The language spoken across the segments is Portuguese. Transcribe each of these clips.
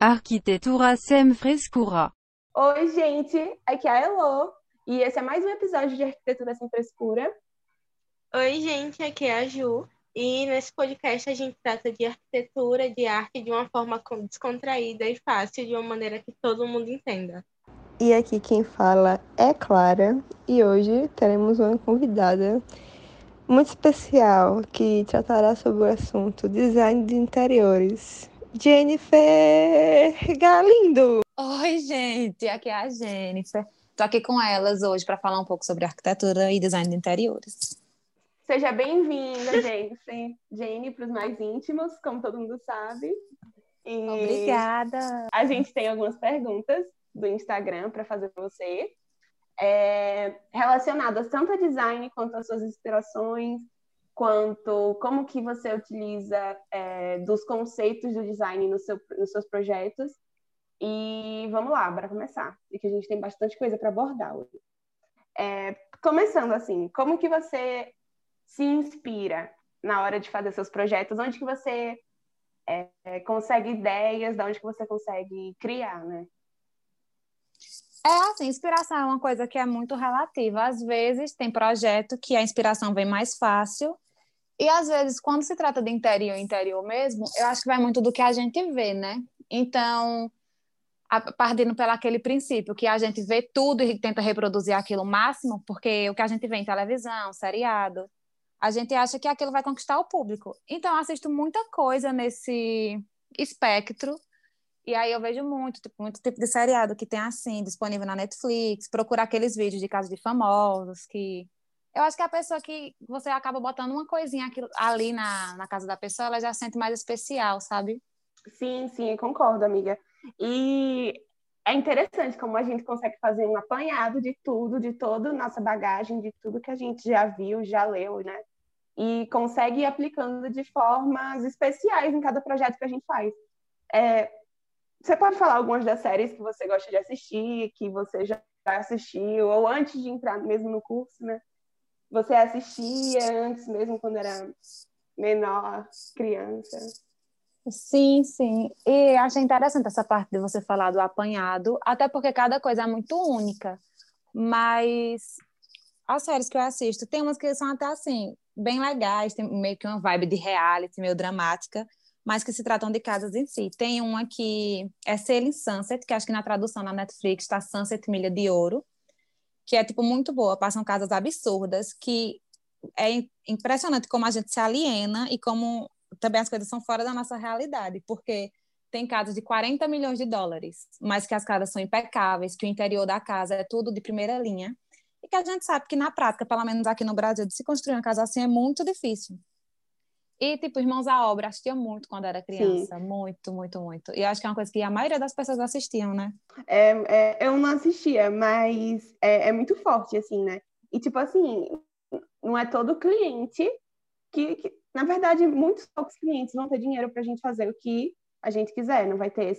Arquitetura sem frescura. Oi, gente, aqui é a Elô e esse é mais um episódio de Arquitetura Sem Frescura. Oi, gente, aqui é a Ju. E nesse podcast a gente trata de arquitetura, de arte, de uma forma descontraída e fácil, de uma maneira que todo mundo entenda. E aqui quem fala é Clara, e hoje teremos uma convidada muito especial que tratará sobre o assunto design de interiores. Jennifer Galindo! Oi, gente, aqui é a Jennifer. Tô aqui com elas hoje para falar um pouco sobre arquitetura e design de interiores. Seja bem-vinda, Jennifer. Jenny, para os mais íntimos, como todo mundo sabe. E Obrigada! a gente tem algumas perguntas do Instagram para fazer para você, relacionadas tanto a design quanto às suas inspirações, quanto como que você utiliza dos conceitos do design nos seus projetos. E vamos lá, bora começar, porque a gente tem bastante coisa para abordar hoje. Começando assim, como que você se inspira na hora de fazer seus projetos? Onde que você consegue ideias? De onde que você consegue criar, né? Assim, inspiração é uma coisa que é muito relativa. Às vezes tem projeto que a inspiração vem mais fácil, e às vezes, quando se trata de interior mesmo, eu acho que vai muito do que a gente vê, né? Então, partindo pelo aquele princípio que a gente vê tudo e tenta reproduzir aquilo ao máximo, porque o que a gente vê em televisão, seriado, a gente acha que aquilo vai conquistar o público. Então, eu assisto muita coisa nesse espectro, e aí eu vejo muito tipo de seriado que tem assim, disponível na Netflix, procurar aqueles vídeos de casos de famosos, que eu acho que a pessoa que você acaba botando uma coisinha ali na casa da pessoa, ela já se sente mais especial, sabe? Sim, eu concordo, amiga. E é interessante como a gente consegue fazer um apanhado de tudo, de toda a nossa bagagem, de tudo que a gente já viu, já leu, né? E consegue ir aplicando de formas especiais em cada projeto que a gente faz. Você pode falar algumas das séries que você gosta de assistir, que você já assistiu, ou antes de entrar mesmo no curso, né? Você assistia antes mesmo, quando era menor, criança? Sim, sim. E achei interessante essa parte de você falar do apanhado, até porque cada coisa é muito única. Mas as séries que eu assisto, tem umas que são até assim, bem legais, tem meio que uma vibe de reality, meio dramática, mas que se tratam de casas em si. Tem uma que é Selling Sunset, que acho que na tradução na Netflix está Sunset Milha de Ouro, que é tipo muito boa, passam casas absurdas, que é impressionante como a gente se aliena e como também as coisas são fora da nossa realidade, porque tem casas de 40 milhões de dólares, mas que as casas são impecáveis, que o interior da casa é tudo de primeira linha, e que a gente sabe que na prática, pelo menos aqui no Brasil, de se construir uma casa assim é muito difícil. E, tipo, Irmãos à Obra, assistia muito quando era Sim. criança, muito, muito, muito. E acho que é uma coisa que a maioria das pessoas assistiam, né? Eu não assistia, mas é muito forte, assim, né? E, tipo assim, não é todo cliente na verdade, muitos poucos clientes vão ter dinheiro para a gente fazer o que a gente quiser, não vai ter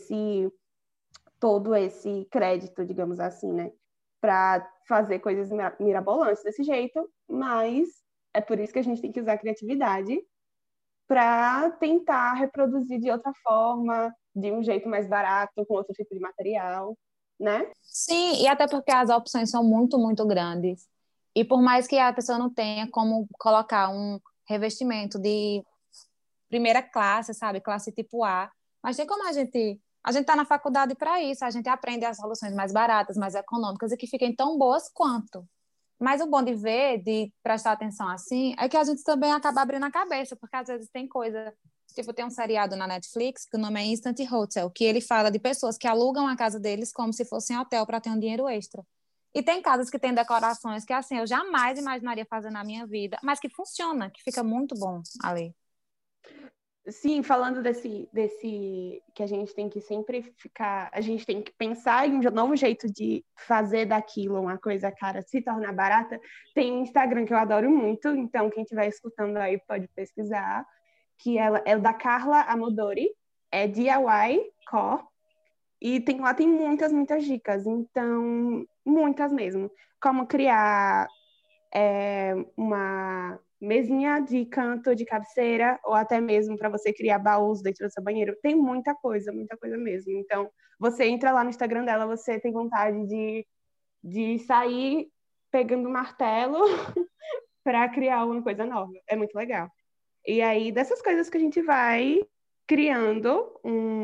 todo esse crédito, digamos assim, né? Para fazer coisas mirabolantes desse jeito, mas é por isso que a gente tem que usar a criatividade para tentar reproduzir de outra forma, de um jeito mais barato, com outro tipo de material, né? Sim, e até porque as opções são muito, muito grandes. E por mais que a pessoa não tenha como colocar um revestimento de primeira classe, sabe? Classe tipo A, mas tem como a gente está na faculdade para isso, a gente aprende as soluções mais baratas, mais econômicas e que fiquem tão boas quanto. Mas o bom de ver, de prestar atenção assim, é que a gente também acaba abrindo a cabeça, porque às vezes tem coisa. Tipo, tem um seriado na Netflix que o nome é Instant Hotel, que ele fala de pessoas que alugam a casa deles como se fosse um hotel para ter um dinheiro extra. E tem casas que têm decorações que, assim, eu jamais imaginaria fazer na minha vida, mas que funciona, que fica muito bom ali. Sim, falando desse que a gente tem que sempre a gente tem que pensar em um novo jeito de fazer daquilo uma coisa cara, se tornar barata. Tem um Instagram que eu adoro muito, então quem estiver escutando aí pode pesquisar, que ela é da Carla Amodori, é DIY Co, e lá tem muitas dicas, então, muitas mesmo. Como criar mesinha de canto, de cabeceira, ou até mesmo para você criar baús dentro do seu banheiro. Tem muita coisa mesmo. Então, você entra lá no Instagram dela, você tem vontade de sair pegando martelo para criar uma coisa nova. É muito legal. E aí, dessas coisas que a gente vai criando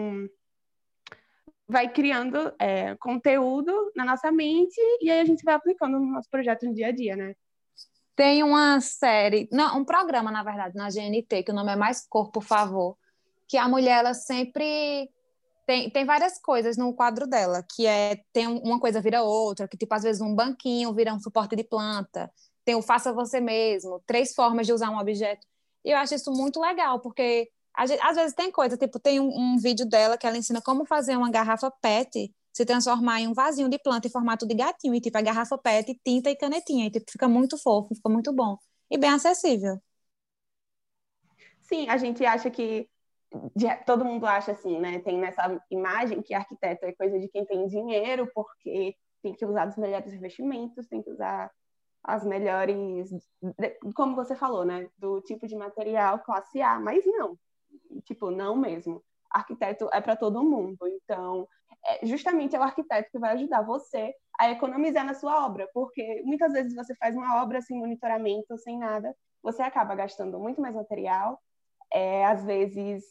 conteúdo na nossa mente e aí a gente vai aplicando no nosso projeto no dia a dia, né? Tem uma série, não, um programa, na verdade, na GNT, que o nome é Mais Cor, por Favor, que a mulher, ela sempre tem várias coisas no quadro dela, que tem uma coisa vira outra, que tipo, às vezes um banquinho vira um suporte de planta, tem o faça você mesmo, 3 formas de usar um objeto. E eu acho isso muito legal, porque às vezes tem coisa, tipo, tem um vídeo dela que ela ensina como fazer uma garrafa PET se transformar em um vasinho de planta em formato de gatinho, e tipo, a garrafa PET, tinta e canetinha, e tipo, fica muito fofo, fica muito bom. E bem acessível. Sim, a gente acha que todo mundo acha assim, né? Tem nessa imagem que arquiteto é coisa de quem tem dinheiro, porque tem que usar os melhores investimentos, tem que usar as melhores, como você falou, né? Do tipo de material classe A, mas não. Tipo, não mesmo. Arquiteto é para todo mundo. Então, justamente é o arquiteto que vai ajudar você a economizar na sua obra, porque muitas vezes você faz uma obra sem monitoramento, sem nada, você acaba gastando muito mais material, às vezes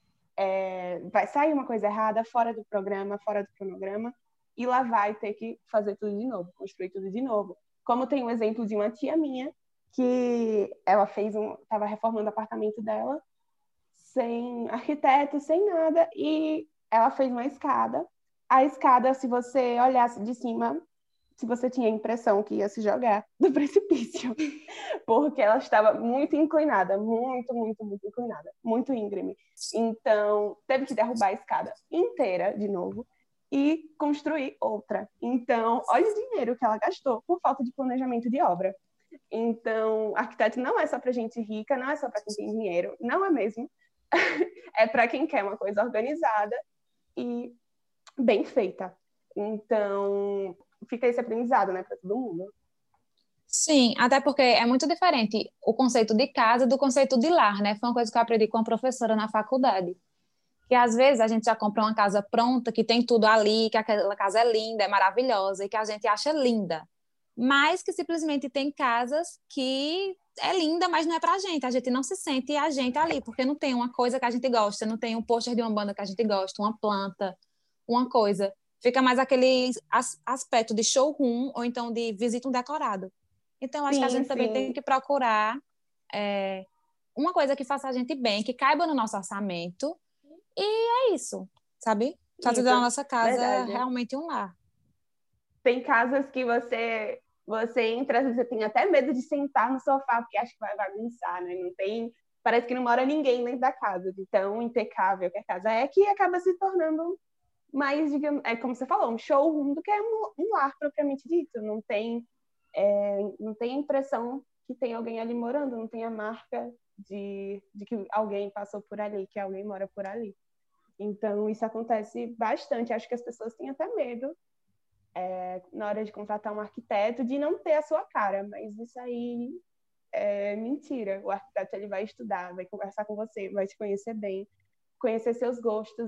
vai sair uma coisa errada fora do programa, fora do cronograma, e lá vai ter que fazer tudo de novo, construir tudo de novo. Como tem um exemplo de uma tia minha, que ela estava reformando o apartamento dela, sem arquiteto, sem nada, e ela fez uma escada. A escada, se você olhasse de cima, se você tinha a impressão que ia se jogar do precipício, porque ela estava muito inclinada, muito, muito, muito inclinada, muito íngreme. Então, teve que derrubar a escada inteira de novo e construir outra. Então, olha o dinheiro que ela gastou por falta de planejamento de obra. Então, arquiteto não é só para gente rica, não é só para quem tem dinheiro, não é mesmo. É para quem quer uma coisa organizada e bem feita. Então, fica esse aprendizado, né, para todo mundo. Sim, até porque é muito diferente o conceito de casa do conceito de lar, né? Foi uma coisa que eu aprendi com a professora na faculdade. Que às vezes a gente já compra uma casa pronta, que tem tudo ali, que aquela casa é linda, é maravilhosa, e que a gente acha linda. Mas que simplesmente tem casas que é linda, mas não é pra gente. A gente não se sente a gente ali, porque não tem uma coisa que a gente gosta, não tem um pôster de uma banda que a gente gosta, uma planta, uma coisa. Fica mais aquele aspecto de showroom ou então de visita um decorado. Então, acho que a gente também tem que procurar uma coisa que faça a gente bem, que caiba no nosso orçamento. E é isso, sabe? Fazer da nossa casa realmente um lar. Tem casas que você entra, às vezes você tem até medo de sentar no sofá, porque acha que vai bagunçar, né? Não tem, parece que não mora ninguém dentro da casa, de tão impecável que a casa é, que acaba se tornando mais, digamos, como você falou, um showroom do que um lar propriamente dito. Não tem a impressão que tem alguém ali morando, não tem a marca de que alguém passou por ali, que alguém mora por ali. Então, isso acontece bastante. Acho que as pessoas têm até medo, na hora de contratar um arquiteto, de não ter a sua cara, mas isso aí é mentira. O arquiteto ele vai estudar, vai conversar com você, vai te conhecer bem, conhecer seus gostos,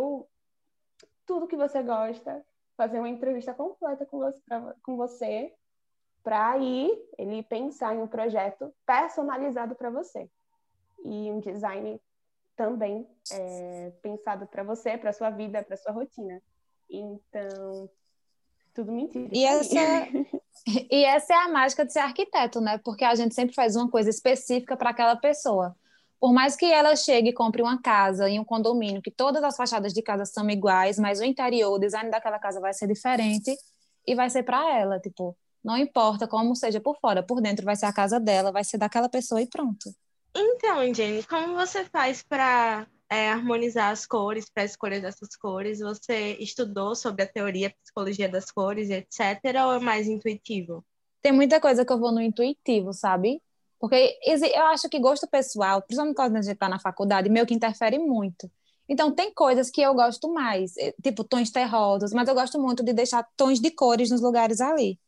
tudo que você gosta, fazer uma entrevista completa com você, para aí ele pensar em um projeto personalizado para você. E um design também pensado para você, para sua vida, para sua rotina. Então, tudo mentira. E essa é a mágica de ser arquiteto, né? Porque a gente sempre faz uma coisa específica para aquela pessoa. Por mais que ela chegue e compre uma casa em um condomínio, que todas as fachadas de casa são iguais, mas o interior, o design daquela casa vai ser diferente e vai ser para ela, tipo, não importa como seja por fora, por dentro vai ser a casa dela, vai ser daquela pessoa e pronto. Então, Jenny, como você faz para harmonizar as cores, para a escolha dessas cores? Você estudou sobre a teoria, a psicologia das cores, etc., ou é mais intuitivo? Tem muita coisa que eu vou no intuitivo, sabe? Porque eu acho que gosto pessoal, principalmente quando a gente está na faculdade, meio que interfere muito. Então, tem coisas que eu gosto mais, tipo tons terrosos, mas eu gosto muito de deixar tons de cores nos lugares ali.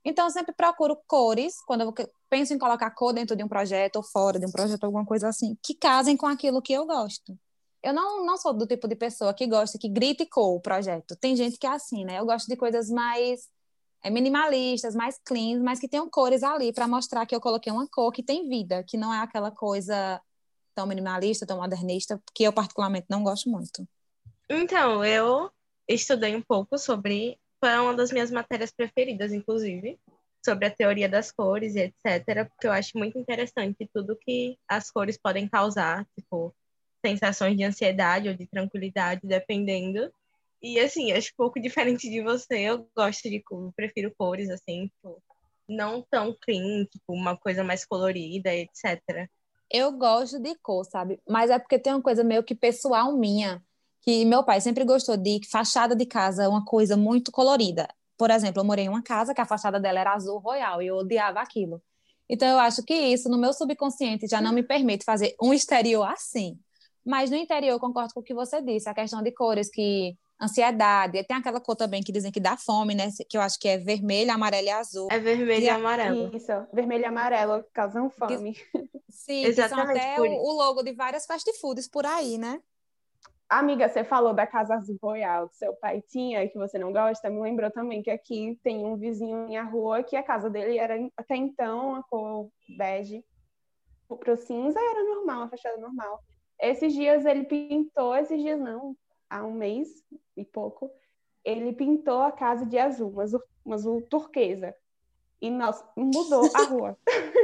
Então, eu sempre procuro cores, quando eu penso em colocar cor dentro de um projeto ou fora de um projeto, alguma coisa assim, que casem com aquilo que eu gosto. Eu não sou do tipo de pessoa que gosta que grite cor o projeto. Tem gente que é assim, né? Eu gosto de coisas mais minimalistas, mais clean, mas que tenham cores ali para mostrar que eu coloquei uma cor que tem vida, que não é aquela coisa tão minimalista, tão modernista, que eu particularmente não gosto muito. Então, eu estudei um pouco sobre, foi uma das minhas matérias preferidas, inclusive, sobre a teoria das cores e etc., porque eu acho muito interessante tudo que as cores podem causar, tipo, sensações de ansiedade ou de tranquilidade, dependendo. E, assim, acho um pouco diferente de você, eu gosto de cor, prefiro cores, assim, tipo, não tão clean, tipo, uma coisa mais colorida, etc. Eu gosto de cor, sabe? Mas é porque tem uma coisa meio que pessoal minha, que meu pai sempre gostou de fachada de casa, uma coisa muito colorida. Por exemplo, eu morei em uma casa que a fachada dela era azul royal e eu odiava aquilo. Então eu acho que isso no meu subconsciente já não me permite fazer um exterior assim. Mas no interior eu concordo com o que você disse, a questão de cores que ansiedade, tem aquela cor também que dizem que dá fome, né? Que eu acho que é vermelho, amarelo e azul. É vermelho Que e amarelo. Isso, vermelho e amarelo causam que, fome. sim, que são Exatamente até por isso. o logo de várias fast foods por aí, né? Amiga, você falou da Casa Azul Royal que seu pai tinha e que você não gosta, me lembrou também que aqui tem um vizinho na minha rua que a casa dele era até então a cor bege. Pro cinza era normal, a fachada normal. Esses dias ele pintou, esses dias não, há um mês e pouco, ele pintou a casa de azul, um azul turquesa. E nossa, mudou a rua.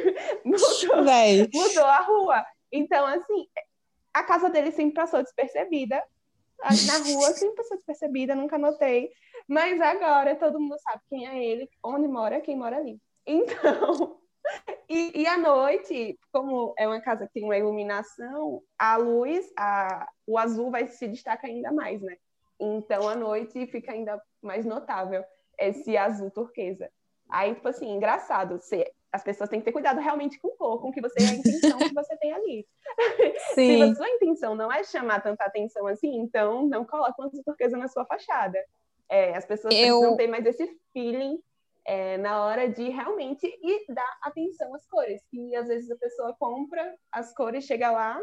mudou, Véi. mudou a rua. Então, assim, a casa dele sempre passou despercebida. Na rua sempre passou despercebida, nunca notei. Mas agora todo mundo sabe quem é ele, onde mora, quem mora ali. Então, e à noite, como é uma casa que tem uma iluminação, a luz, o azul vai se destacar ainda mais, né? Então, à noite fica ainda mais notável esse azul turquesa. Aí, tipo assim, engraçado. As pessoas têm que ter cuidado realmente com o cor, com o que você, a intenção que você tem ali. Se a Sim. sua intenção não é chamar tanta atenção assim, então não coloque uma azul turquesa na sua fachada. As pessoas precisam Eu, ter mais esse feeling na hora de realmente e dar atenção às cores. E às vezes a pessoa compra as cores, chega lá,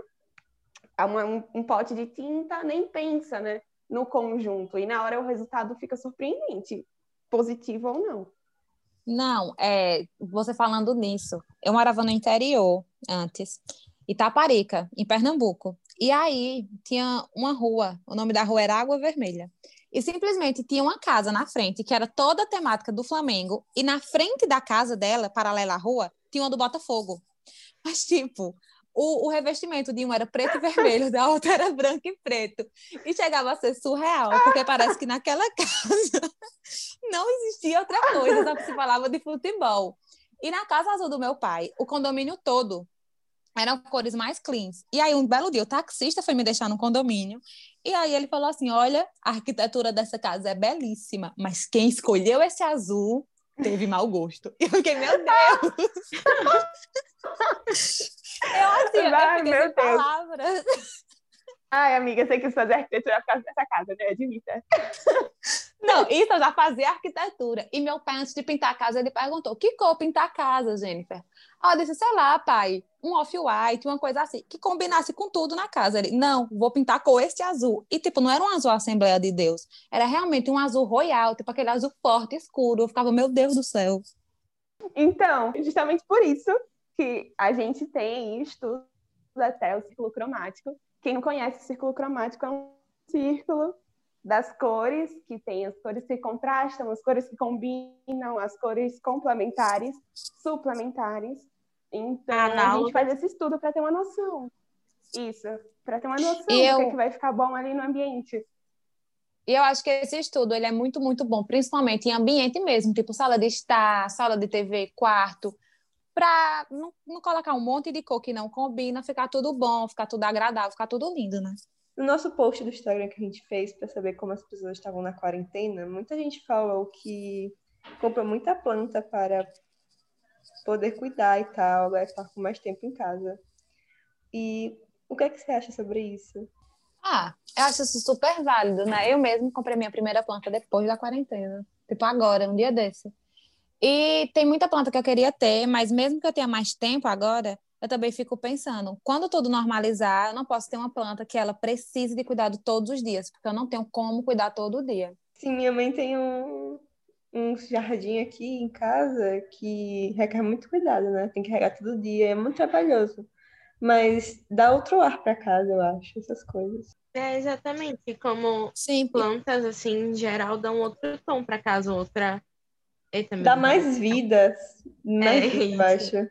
um pote de tinta, nem pensa, né, no conjunto. E na hora o resultado fica surpreendente, positivo ou não. não, você falando nisso, eu morava no interior antes, Itaparica, em Pernambuco. E aí tinha uma rua, o nome da rua era Água Vermelha. E simplesmente tinha uma casa na frente, que era toda a temática do Flamengo, e na frente da casa dela, paralela à rua, tinha uma do Botafogo. Mas, tipo, o revestimento de um era preto e vermelho, da outra era branco e preto. E chegava a ser surreal, porque parece que naquela casa não existia outra coisa, só que se falava de futebol. E na Casa Azul do meu pai, o condomínio todo eram cores mais cleans. E aí, um belo dia, o taxista foi me deixar no condomínio. E aí ele falou assim, olha, a arquitetura dessa casa é belíssima, mas quem escolheu esse azul teve mau gosto. E eu fiquei, meu Deus! Eu Vai, fiquei meu sem Deus. palavras. Ai, amiga, você quis fazer arquitetura por causa dessa casa, né? Admita. Não, isso eu já fazia arquitetura. E meu pai, antes de pintar a casa, ele perguntou: que cor pintar a casa, Jennifer? Ah, eu disse, sei lá, pai, um off-white, uma coisa assim, que combinasse com tudo na casa. Ele, não, vou pintar com este azul. E, tipo, não era um azul Assembleia de Deus, era realmente um azul royal, tipo aquele azul forte, escuro. Eu ficava, meu Deus do céu. Então, justamente por isso que a gente tem estudos até o círculo cromático. Quem não conhece o círculo cromático é um círculo das cores, que tem as cores que contrastam, as cores que combinam, as cores complementares, suplementares. Então, a gente faz esse estudo para ter uma noção. Isso, para ter uma noção do que é que vai ficar bom ali no ambiente. E eu acho que esse estudo ele é muito, muito bom, principalmente em ambiente mesmo, tipo sala de estar, sala de TV, quarto, para não colocar um monte de cor que não combina, ficar tudo bom, ficar tudo agradável, ficar tudo lindo, né? No nosso post do Instagram que a gente fez para saber como as pessoas estavam na quarentena, muita gente falou que compra muita planta para poder cuidar e tal, vai estar com mais tempo em casa. E o que é que você acha sobre isso? Ah, eu acho isso super válido, né? Eu mesmo comprei minha primeira planta depois da quarentena, tipo agora, um dia desse. E tem muita planta que eu queria ter, mas mesmo que eu tenha mais tempo agora, eu também fico pensando, quando tudo normalizar, eu não posso ter uma planta que ela precise de cuidado todos os dias, porque eu não tenho como cuidar todo dia. Sim, minha mãe tem um jardim aqui em casa que requer muito cuidado, né? Tem que regar todo dia, é muito trabalhoso. Mas dá outro ar para casa, eu acho, essas coisas. É exatamente como Sim, plantas, assim, em geral, dão outro tom para casa, outra. Eita, meu Dá Deus, minha mais boca. vida, É eu isso. acho.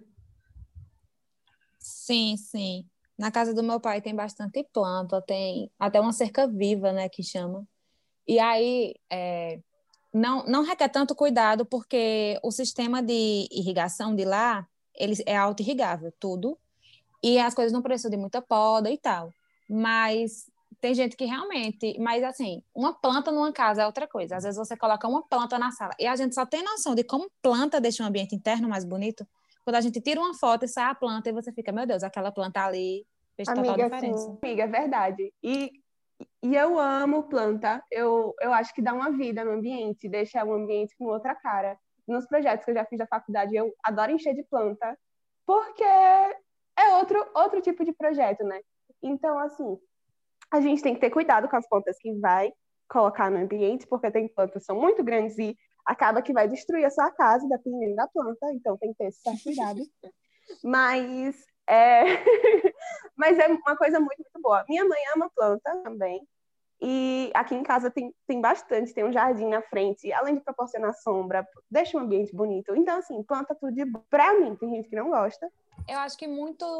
sim, sim. Na casa do meu pai tem bastante planta, tem até uma cerca viva, né, que chama. E aí, não requer tanto cuidado, porque o sistema de irrigação de lá, ele é auto-irrigável, tudo. E as coisas não precisam de muita poda e tal. Mas tem gente que realmente. Mas assim, uma planta numa casa é outra coisa. Às vezes você coloca uma planta na sala. E a gente só tem noção de como planta deixa um ambiente interno mais bonito quando a gente tira uma foto e sai a planta e você fica, meu Deus, aquela planta ali fez total Amiga, assim, diferença. amiga, é verdade. E eu amo planta. Eu acho que dá uma vida no ambiente, deixa o ambiente com outra cara. Nos projetos que eu já fiz da faculdade, eu adoro encher de planta, porque é outro tipo de projeto, né? Então, assim, a gente tem que ter cuidado com as plantas que vai colocar no ambiente, porque tem plantas que são muito grandes e acaba que vai destruir a sua casa, dependendo da planta, então tem que ter esse certo cuidado. Mas é... Mas é uma coisa muito, muito boa. Minha mãe ama planta também. E aqui em casa tem bastante, tem um jardim na frente, além de proporcionar sombra, deixa um ambiente bonito. Então, assim, planta tudo de bom. Pra mim, tem gente que não gosta. Eu acho que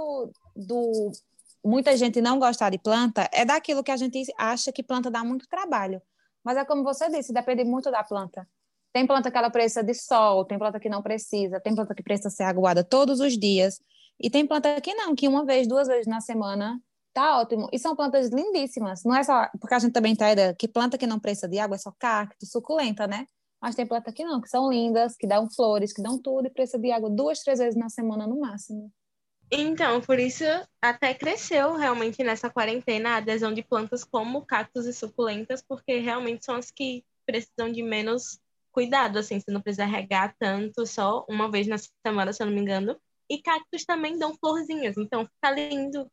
muita gente não gostar de planta é daquilo que a gente acha que planta dá muito trabalho. Mas é como você disse, depende muito da planta. Tem planta que ela precisa de sol, tem planta que não precisa, tem planta que precisa ser aguada todos os dias, e tem planta que não, que uma vez, duas vezes na semana tá ótimo. E são plantas lindíssimas. Não é só porque a gente também tá ideia que planta que não precisa de água é só cacto, suculenta, né? Mas tem planta que não, que são lindas, que dão flores, que dão tudo e precisa de água duas, três vezes na semana no máximo. Então, por isso até cresceu realmente nessa quarentena a adesão de plantas como cactos e suculentas, porque realmente são as que precisam de menos cuidado, assim, você não precisa regar tanto, só uma vez na semana, se eu não me engano. E cactos também dão florzinhas, então fica lindo.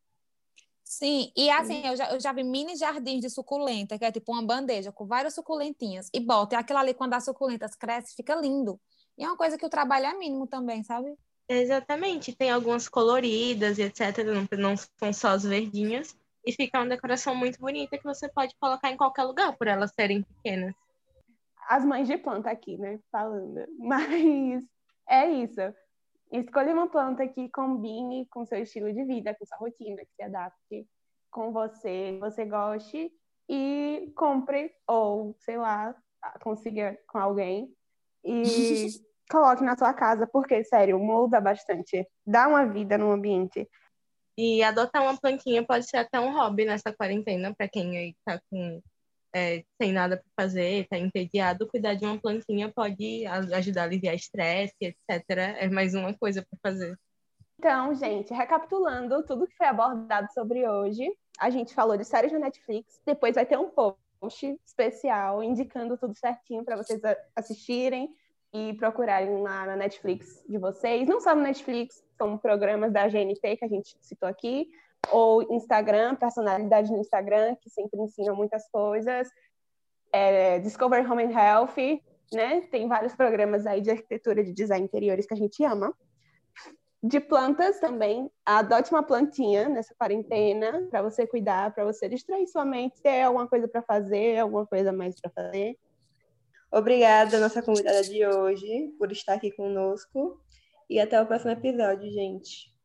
Sim, e assim, eu já vi mini jardins de suculenta, que é tipo uma bandeja com várias suculentinhas, e bota, e aquilo ali, quando as suculentas crescem, fica lindo. E é uma coisa que o trabalho é mínimo também, sabe? Exatamente, tem algumas coloridas e etc, não são só as verdinhas, e fica uma decoração muito bonita que você pode colocar em qualquer lugar, por elas serem pequenas. As mães de planta aqui, né? Falando. Mas é isso. Escolha uma planta que combine com seu estilo de vida, com sua rotina, que se adapte com você, que você goste, e compre, ou sei lá, consiga com alguém e coloque na sua casa, porque, sério, muda bastante. Dá uma vida no ambiente. E adotar uma plantinha pode ser até um hobby nessa quarentena, para quem aí tá sem nada para fazer, tá entediado, cuidar de uma plantinha pode ajudar a aliviar estresse, etc. É mais uma coisa para fazer. Então, gente, recapitulando tudo que foi abordado sobre hoje, a gente falou de séries na Netflix, depois vai ter um post especial indicando tudo certinho para vocês assistirem e procurarem lá na Netflix de vocês, não só no Netflix, como programas da GNT que a gente citou aqui, ou Instagram, personalidade no Instagram, que sempre ensinam muitas coisas, Discover Home and Health, né? Tem vários programas aí de arquitetura, de design interiores que a gente ama. De plantas também, adote uma plantinha nessa quarentena para você cuidar, para você distrair sua mente, ter alguma coisa para fazer, alguma coisa mais para fazer. Obrigada, nossa convidada de hoje, por estar aqui conosco. E até o próximo episódio, gente.